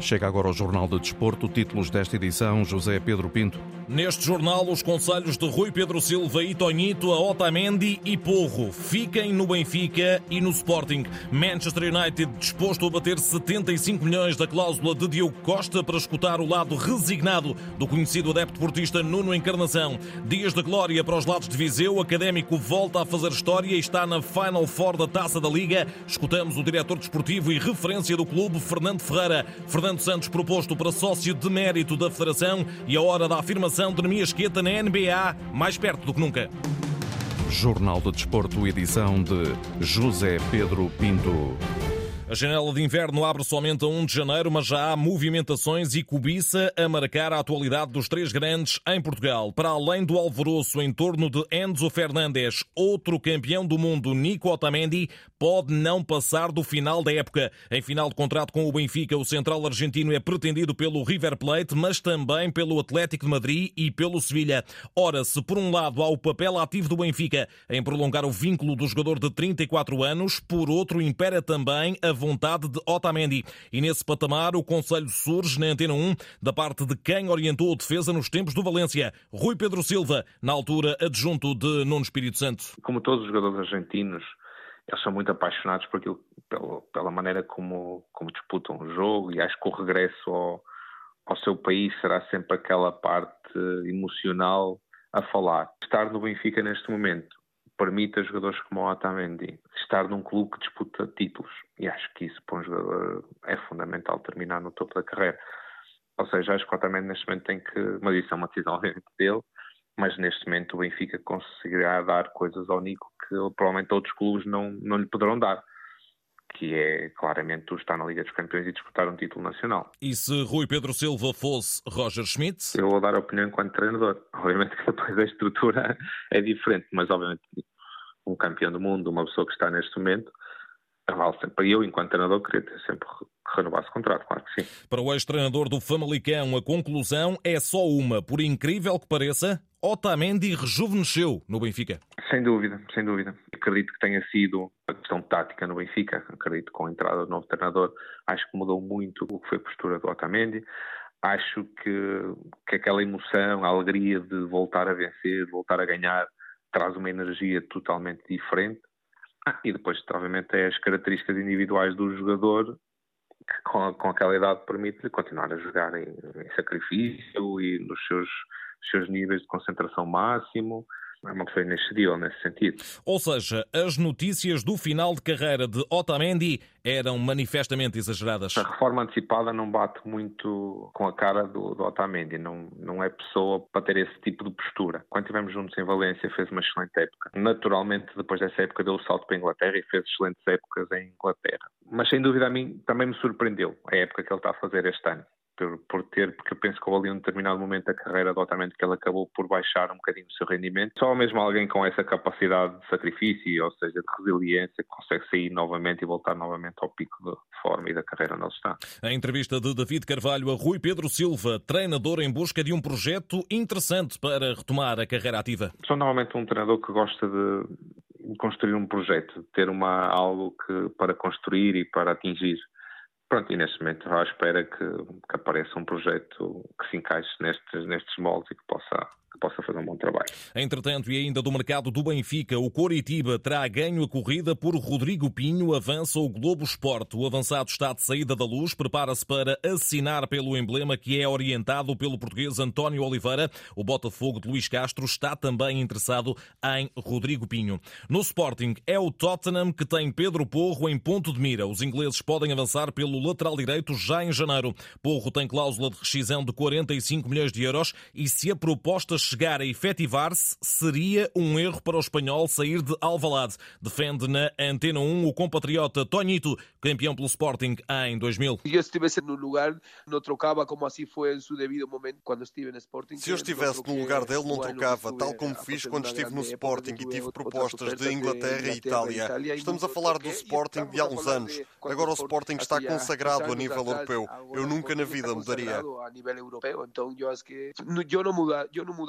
Chega agora ao Jornal de Desporto. Títulos desta edição, José Pedro Pinto. Neste jornal, os conselhos de Rui Pedro Silva e Toñito a Otamendi e Porro. Fiquem no Benfica e no Sporting. Manchester United disposto a bater 75 milhões da cláusula de Diogo Costa para escutar o lado resignado do conhecido adepto portista Nuno Encarnação. Dias de glória para os lados de Viseu. O Académico volta a fazer história e está na Final Four da Taça da Liga. Escutamos o diretor desportivo e referência do clube, Fernando Ferreira. Fernando Santos proposto para sócio de mérito da Federação e a hora da afirmação de Nemias Queta na NBA, mais perto do que nunca. Jornal de Desporto, edição de José Pedro Pinto. A janela de inverno abre somente a 1 de janeiro, mas já há movimentações e cobiça a marcar a atualidade dos três grandes em Portugal. Para além do alvoroço em torno de Enzo Fernandes, outro campeão do mundo, Nico Otamendi, pode não passar do final da época. Em final de contrato com o Benfica, o central argentino é pretendido pelo River Plate, mas também pelo Atlético de Madrid e pelo Sevilha. Ora, se por um lado há o papel ativo do Benfica em prolongar o vínculo do jogador de 34 anos, por outro impera também a vontade de Otamendi. E nesse patamar o conselho surge na Antena 1 da parte de quem orientou a defesa nos tempos do Valência, Rui Pedro Silva, na altura adjunto de Nuno Espírito Santo. Como todos os jogadores argentinos, eles são muito apaixonados por aquilo, pela maneira como disputam o jogo, e acho que o regresso ao seu país será sempre aquela parte emocional a falar. Estar no Benfica neste momento permite a jogadores como o Otamendi estar num clube que disputa títulos, e acho que isso para um jogador é fundamental, terminar no topo da carreira. Ou seja, acho que o Otamendi neste momento tem que, mas isso é uma decisão dele, mas neste momento o Benfica conseguirá dar coisas ao Nico que provavelmente outros clubes não lhe poderão dar, que é claramente estar na Liga dos Campeões e disputar um título nacional. E se Rui Pedro Silva fosse Roger Schmidt? Eu vou dar a opinião enquanto treinador. Obviamente que depois a estrutura é diferente, mas obviamente um campeão do mundo, uma pessoa que está neste momento, vale sempre. Eu, enquanto treinador, queria ter sempre que renovasse o contrato, claro que sim. Para o ex-treinador do Famalicão, a conclusão é só uma. Por incrível que pareça, Otamendi rejuvenesceu no Benfica. Sem dúvida, sem dúvida. Acredito que tenha sido a questão tática no Benfica. Acredito que com a entrada do novo treinador, acho que mudou muito o que foi a postura do Otamendi. Acho que aquela emoção, a alegria de voltar a vencer, de voltar a ganhar, traz uma energia totalmente diferente. E depois, obviamente, é as características individuais do jogador que com aquela idade permite-lhe continuar a jogar em sacrifício e nos seus níveis de concentração máximo. É uma pessoa inexcedível nesse sentido. Ou seja, as notícias do final de carreira de Otamendi eram manifestamente exageradas. A reforma antecipada não bate muito com a cara do Otamendi. Não é pessoa para ter esse tipo de postura. Quando estivemos juntos em Valência, fez uma excelente época. Naturalmente, depois dessa época, deu o salto para a Inglaterra e fez excelentes épocas em Inglaterra. Mas, sem dúvida, a mim também me surpreendeu a época que ele está a fazer este ano. Porque eu penso que houve ali um determinado momento da carreira do Otamendi que ele acabou por baixar um bocadinho o seu rendimento. Só mesmo alguém com essa capacidade de sacrifício, ou seja, de resiliência, consegue sair novamente e voltar novamente ao pico de forma e da carreira onde ele está. A entrevista de David Carvalho a Rui Pedro Silva, treinador em busca de um projeto interessante para retomar a carreira ativa. Sou normalmente um treinador que gosta de construir um projeto, de ter algo para construir e para atingir. Pronto, e neste momento estou à espera que apareça um projeto que se encaixe nestes moldes e que possa fazer um bom trabalho. Entretanto, e ainda do mercado do Benfica, o Coritiba terá ganho a corrida por Rodrigo Pinho, avança o Globo Esporte. O avançado está de saída da luz, prepara-se para assinar pelo emblema que é orientado pelo português António Oliveira. O Botafogo de Luís Castro está também interessado em Rodrigo Pinho. No Sporting, é o Tottenham que tem Pedro Porro em ponto de mira. Os ingleses podem avançar pelo lateral direito já em janeiro. Porro tem cláusula de rescisão de 45 milhões de euros e se a proposta chegar a efetivar-se, seria um erro para o espanhol sair de Alvalade. Defende na Antena 1 o compatriota Toñito, campeão pelo Sporting em 2000. Se eu estivesse no lugar, não trocava como assim foi em seu devido momento quando estive no Sporting. Se eu estivesse no lugar dele, não trocava, tal como fiz quando estive no Sporting e tive propostas de Inglaterra e Itália. Estamos a falar do Sporting de há uns anos. Agora o Sporting está consagrado a nível europeu. Eu nunca na vida mudaria. A nível europeu, então eu acho que eu não mudaria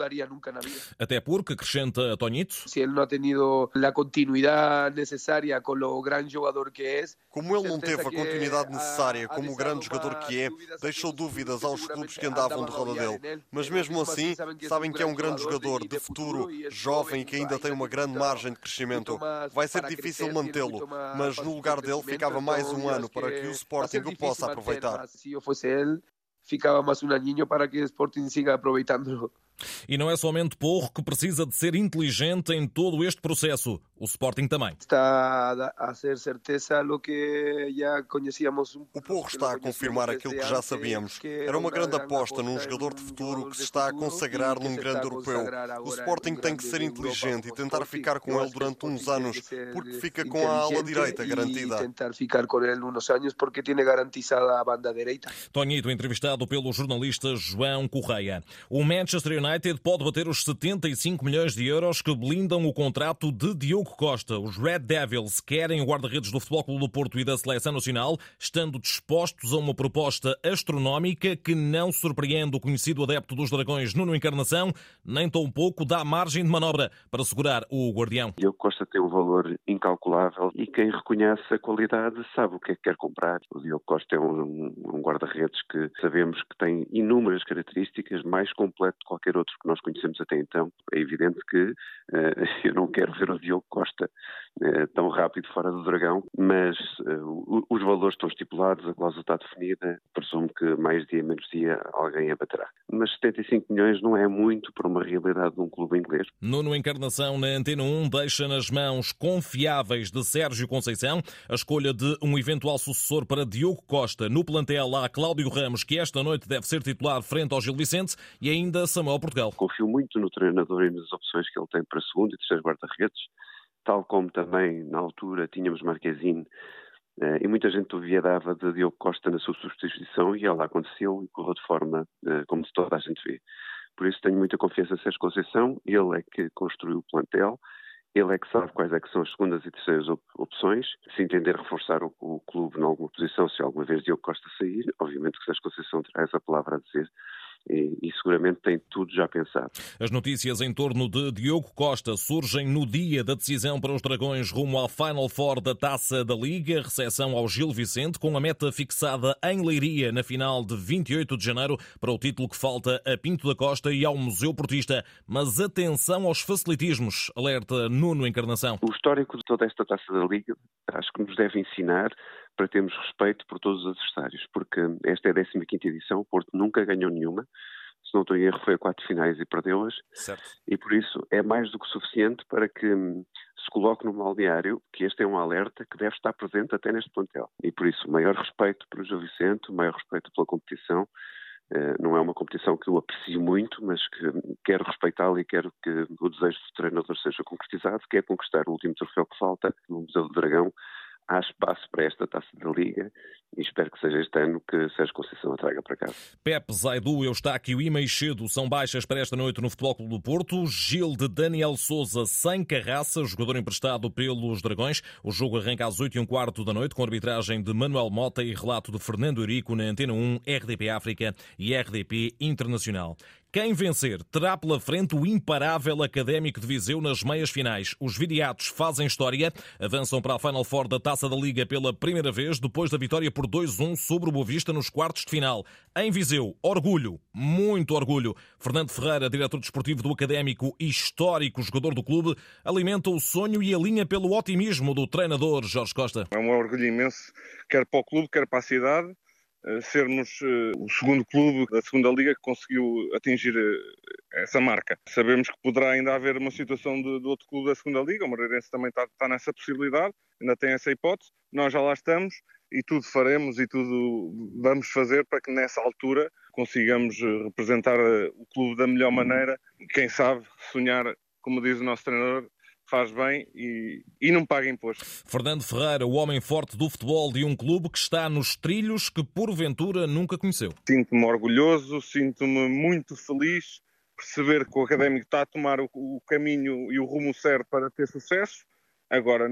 mudaria nunca na vida. Até porque, acrescenta Toñito, se ele não ha tenido a continuidade necessária com o grande jogador que é, como ele não teve a continuidade necessária como o grande jogador que é, deixou dúvidas aos clubes que andavam de roda dele. Mas mesmo assim, sabem que é um grande jogador de futuro, jovem e que ainda tem uma grande margem de crescimento. Vai ser difícil mantê-lo, mas no lugar dele ficava mais um ano para que o Sporting o possa aproveitar. Se eu fosse ele, ficava mais um aninho para que o Sporting siga aproveitando. E não é somente Porro que precisa de ser inteligente em todo este processo. O Sporting também. Está a ser certeza o que já conhecíamos. O Porro está a confirmar aquilo que já sabíamos. Era uma grande aposta num jogador de futuro que se está a consagrar num grande europeu. O Sporting tem que ser inteligente e tentar ficar com ele durante uns anos, porque fica com a ala direita garantida. Tentar ficar com ele uns anos porque tem garantizada a banda direita. Toñito, entrevistado pelo jornalista João Correia. O Manchester United pode bater os 75 milhões de euros que blindam o contrato de Diogo Costa. Os Red Devils querem o guarda-redes do Futebol Clube do Porto e da Seleção Nacional, estando dispostos a uma proposta astronómica que não surpreende o conhecido adepto dos Dragões Nuno Encarnação, nem tão pouco dá margem de manobra para segurar o guardião. Diogo Costa tem um valor incalculável e quem reconhece a qualidade sabe o que é que quer comprar. O Diogo Costa é um guarda-redes que sabemos que tem inúmeras características, mais completo de qualquer outro que nós conhecemos até então. É evidente que eu não quero ver o Diogo Costa tão rápido fora do Dragão, mas os valores estão estipulados, a cláusula está definida, presumo que mais dia menos dia alguém a baterá. Mas 75 milhões não é muito para uma realidade de um clube inglês. Nuno Encarnação, na Antena 1, deixa nas mãos confiáveis de Sérgio Conceição a escolha de um eventual sucessor para Diogo Costa. No plantel há Cláudio Ramos, que esta noite deve ser titular frente ao Gil Vicente, e ainda Samuel Portugal. Confio muito no treinador e nas opções que ele tem para segundo e terceiro guarda-redes, tal como também na altura tínhamos Marquezine e muita gente duvidava de Diogo Costa na sua substituição e ela aconteceu e correu de forma como toda a gente vê. Por isso tenho muita confiança em Sérgio Conceição, ele é que construiu o plantel, ele é que sabe quais é que são as segundas e terceiras opções. Se entender reforçar o clube em alguma posição, se alguma vez Diogo Costa sair, obviamente que Sérgio Conceição terá essa palavra a dizer. E seguramente tem tudo já pensado. As notícias em torno de Diogo Costa surgem no dia da decisão para os Dragões rumo ao Final Four da Taça da Liga, recepção ao Gil Vicente, com a meta fixada em Leiria na final de 28 de janeiro para o título que falta a Pinto da Costa e ao Museu Portista. Mas atenção aos facilitismos, alerta Nuno Encarnação. O histórico de toda esta Taça da Liga acho que nos deve ensinar para termos respeito por todos os adversários, porque esta é a 15ª edição, o Porto nunca ganhou nenhuma, se não estou em erro foi a 4 finais e perdeu-as, e por isso é mais do que suficiente para que se coloque no balneário que este é um alerta que deve estar presente até neste plantel. E por isso, maior respeito pelo Gil Vicente, maior respeito pela competição. Não é uma competição que eu aprecio muito, mas que quero respeitá-la e quero que o desejo do treinador seja concretizado, que é conquistar o último troféu que falta no Museu do Dragão. Há espaço para esta Taça da Liga e espero que seja este ano que Sérgio Conceição a traga para casa. Pepe, Zaidu, Eustáquio e Meixedo são baixas para esta noite no Futebol Clube do Porto. Gil de Daniel Sousa sem Carraça, jogador emprestado pelos Dragões. O jogo arranca às 8h15 da noite com arbitragem de Manuel Mota e relato de Fernando Eurico na Antena 1, RDP África e RDP Internacional. Quem vencer terá pela frente o imparável Académico de Viseu nas meias finais. Os viriatos fazem história, avançam para a Final Four da Taça da Liga pela primeira vez, depois da vitória por 2-1 sobre o Boavista nos quartos de final. Em Viseu, orgulho, muito orgulho. Fernando Ferreira, diretor desportivo do Académico e histórico jogador do clube, alimenta o sonho e alinha pelo otimismo do treinador Jorge Costa. É um orgulho imenso, quer para o clube, quer para a cidade. Sermos o segundo clube da segunda Liga que conseguiu atingir essa marca. Sabemos que poderá ainda haver uma situação de outro clube da segunda Liga, o Moreirense também está nessa possibilidade, ainda tem essa hipótese, nós já lá estamos e tudo faremos e tudo vamos fazer para que nessa altura consigamos representar o clube da melhor maneira. Quem sabe sonhar, como diz o nosso treinador, faz bem e não paga imposto. Fernando Ferreira, o homem forte do futebol de um clube que está nos trilhos que porventura nunca conheceu. Sinto-me orgulhoso, sinto-me muito feliz perceber que o Académico está a tomar o caminho e o rumo certo para ter sucesso. Agora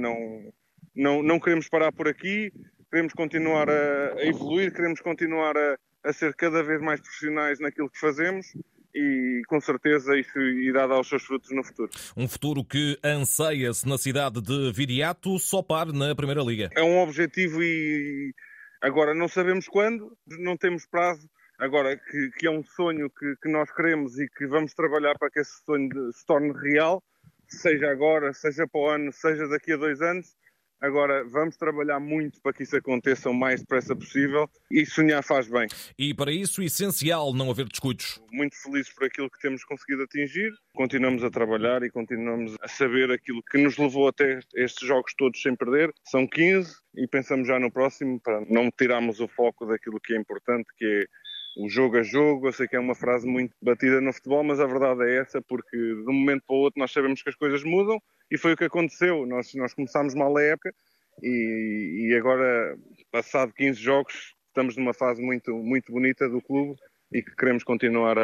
não queremos parar por aqui, queremos continuar a evoluir, queremos continuar a ser cada vez mais profissionais naquilo que fazemos e com certeza isso irá dar os seus frutos no futuro. Um futuro que anseia-se na cidade de Viriato sopar na Primeira Liga. É um objetivo e agora não sabemos quando, não temos prazo. Agora que é um sonho que nós queremos e que vamos trabalhar para que esse sonho se torne real, seja agora, seja para o ano, seja daqui a 2 anos. Agora, vamos trabalhar muito para que isso aconteça o mais depressa possível e sonhar faz bem. E para isso, essencial não haver descuidos. Muito felizes por aquilo que temos conseguido atingir. Continuamos a trabalhar e continuamos a saber aquilo que nos levou até estes jogos todos sem perder. São 15 e pensamos já no próximo para não tirarmos o foco daquilo que é importante, que é o jogo a jogo. Eu sei que é uma frase muito batida no futebol, mas a verdade é essa, porque de um momento para o outro nós sabemos que as coisas mudam e foi o que aconteceu. Nós começámos mal a época e agora, passado 15 jogos, estamos numa fase muito, muito bonita do clube e que queremos continuar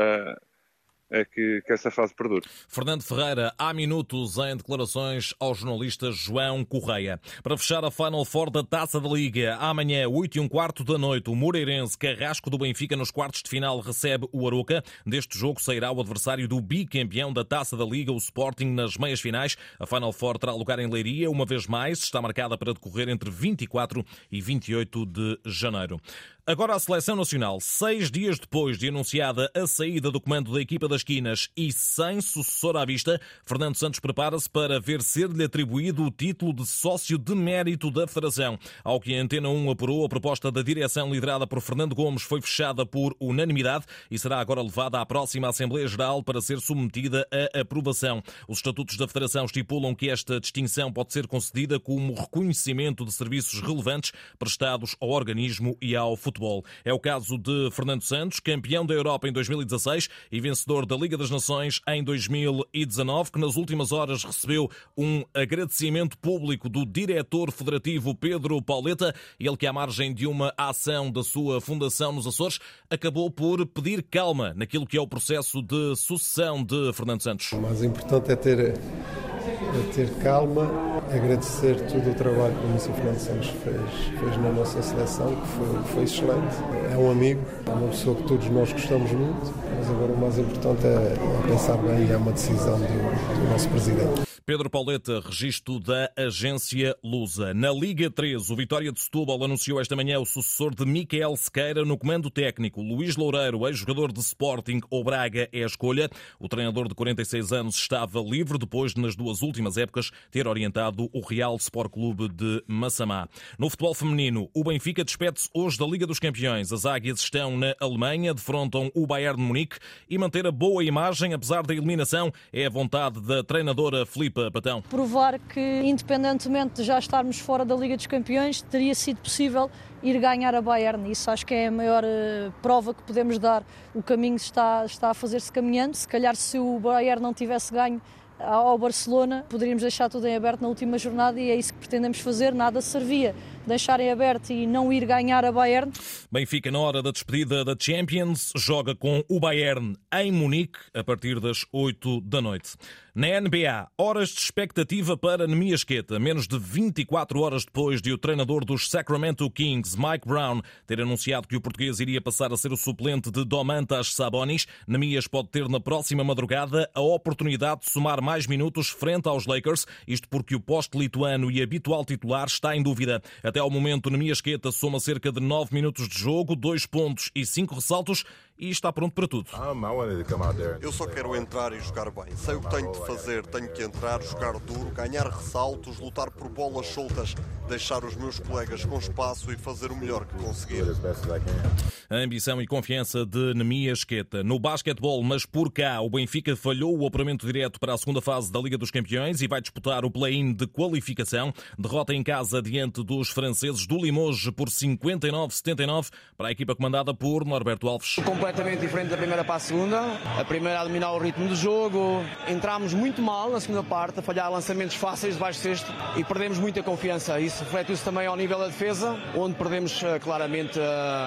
que essa fase perdure. Fernando Ferreira, há minutos em declarações ao jornalista João Correia. Para fechar a Final Four da Taça da Liga, amanhã, 8h15 da noite, o Moreirense Carrasco do Benfica nos quartos de final recebe o Aroca. Deste jogo sairá o adversário do bicampeão da Taça da Liga, o Sporting, nas meias finais. A Final Four terá lugar em Leiria, uma vez mais, está marcada para decorrer entre 24 e 28 de janeiro. Agora a Seleção Nacional, 6 dias depois de anunciada a saída do comando da equipa das Quinas e sem sucessor à vista, Fernando Santos prepara-se para ver ser-lhe atribuído o título de sócio de mérito da Federação. Ao que a Antena 1 apurou, a proposta da direção liderada por Fernando Gomes foi fechada por unanimidade e será agora levada à próxima Assembleia Geral para ser submetida a aprovação. Os estatutos da Federação estipulam que esta distinção pode ser concedida como reconhecimento de serviços relevantes prestados ao organismo e ao futebol. É o caso de Fernando Santos, campeão da Europa em 2016 e vencedor da Liga das Nações em 2019, que nas últimas horas recebeu um agradecimento público do diretor federativo Pedro Pauleta, ele que à margem de uma ação da sua fundação nos Açores, acabou por pedir calma naquilo que é o processo de sucessão de Fernando Santos. O mais importante é ter calma, agradecer todo o trabalho que o Ministro Fernando Santos fez na nossa seleção, que foi excelente. É um amigo, é uma pessoa que todos nós gostamos muito, mas agora o mais importante é pensar bem e é uma decisão do nosso Presidente. Pedro Pauleta, registro da agência Lusa. Na Liga 3, o Vitória de Setúbal anunciou esta manhã o sucessor de Miquel Sequeira no comando técnico. Luís Loureiro, ex-jogador de Sporting ou Braga, é a escolha. O treinador de 46 anos estava livre depois de, nas 2 últimas épocas, ter orientado o Real Sport Clube de Massamá. No futebol feminino, o Benfica despede-se hoje da Liga dos Campeões. As águias estão na Alemanha, defrontam o Bayern de Munique e manter a boa imagem, apesar da eliminação, é a vontade da treinadora Filipe Patão. Provar que, independentemente de já estarmos fora da Liga dos Campeões, teria sido possível ir ganhar a Bayern. Isso acho que é a maior prova que podemos dar. O caminho está a fazer-se caminhando. Se calhar, se o Bayern não tivesse ganho ao Barcelona, poderíamos deixar tudo em aberto na última jornada e é isso que pretendemos fazer. Nada servia deixar em aberto e não ir ganhar a Bayern. Benfica, na hora da despedida da Champions, joga com o Bayern em Munique a partir das 8 da noite. Na NBA, horas de expectativa para Neemias Queta, menos de 24 horas depois de o treinador dos Sacramento Kings, Mike Brown, ter anunciado que o português iria passar a ser o suplente de Domantas Sabonis. Neemias pode ter na próxima madrugada a oportunidade de somar mais minutos frente aos Lakers, isto porque o poste lituano e habitual titular está em dúvida. Até ao momento, Neemias Queta soma cerca de 9 minutos de jogo, 2 pontos e 5 ressaltos e está pronto para tudo. Eu só quero entrar e jogar bem. Sei o que tenho de fazer. Tenho que entrar, jogar duro, ganhar ressaltos, lutar por bolas soltas, deixar os meus colegas com espaço e fazer o melhor que conseguir. A ambição e confiança de Neemias Queta. No basquetebol, mas por cá, o Benfica falhou o apuramento direto para a segunda fase da Liga dos Campeões e vai disputar o play-in de qualificação. Derrota em casa diante dos franceses do Limoges por 59-79 para a equipa comandada por Norberto Alves. Completamente diferente da primeira para a segunda. A primeira a dominar o ritmo do jogo. Entramos muito mal na segunda parte, a falhar lançamentos fáceis de baixo cesto e perdemos muita confiança. Isso reflete-se também ao nível da defesa, onde perdemos claramente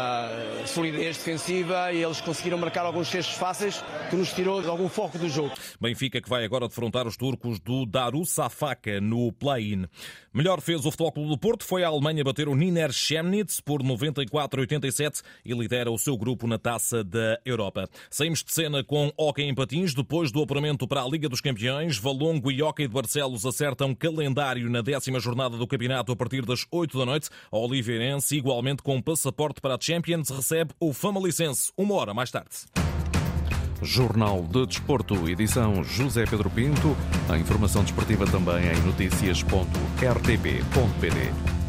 a solidez defensiva e eles conseguiram marcar alguns cestos fáceis que nos tirou de algum foco do jogo. Benfica que vai agora defrontar os turcos do Darüşşafaka no play-in. Melhor fez o Futebol Clube do Porto, foi a Alemanha bater o Niner Chemnitz por 94-87 e lidera o seu grupo na Taça da Europa. Saímos de cena com hóquei em patins. Depois do apuramento para a Liga dos Campeões, Valongo e Hóquei de Barcelos acertam calendário na 10ª jornada do campeonato a partir das 8 da noite. A Oliveirense, igualmente com passaporte para a Champions, recebe o Famalichense 1 hora mais tarde. Jornal de Desporto, edição José Pedro Pinto. A informação desportiva também em notícias.rtp.pt.